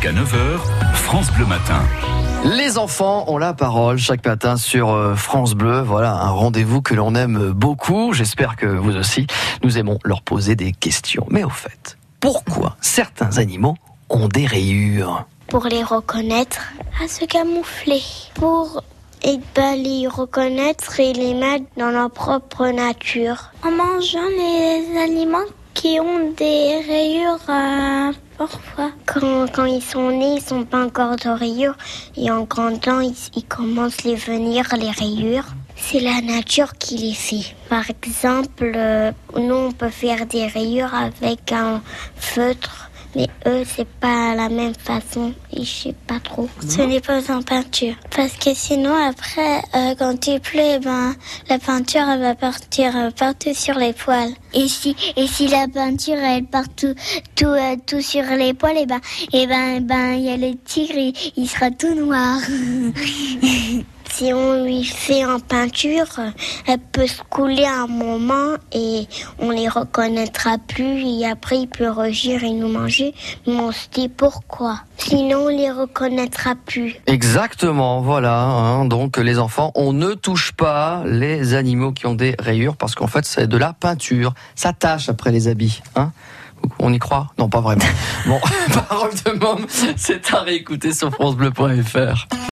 Jusqu'à 9h, France Bleu Matin. Les enfants ont la parole chaque matin sur France Bleu. Voilà, un rendez-vous que l'on aime beaucoup. J'espère que vous aussi. Nous aimons leur poser des questions. Mais au fait, pourquoi certains animaux ont des rayures ? Pour les reconnaître, à se camoufler. Pour les reconnaître et les mettre dans leur propre nature. En mangeant les aliments qui ont des rayures parfois. Quand ils sont nés, ils sont pas encore de rayures. Et en grandant, ils commencent les venir, les rayures. C'est la nature qui les fait. Par exemple, nous, on peut faire des rayures avec un feutre. Mais eux, c'est pas la même façon. Et je sais pas trop. Ce n'est pas en peinture. Parce que sinon, après, quand il pleut, la peinture, elle va partir partout sur les poils. Et si la peinture, elle part tout sur les poils, il y a le tigre, il sera tout noir. Si on lui fait en peinture, elle peut se couler un moment et on les reconnaîtra plus et après il peut rugir et nous manger. Mais on se dit pourquoi ? Sinon on les reconnaîtra plus. Exactement, voilà. Donc les enfants, on ne touche pas les animaux qui ont des rayures parce qu'en fait c'est de la peinture. Ça tache après les habits. On y croit ? Non, pas vraiment. Bon, parole de môme, c'est à réécouter sur francebleu.fr.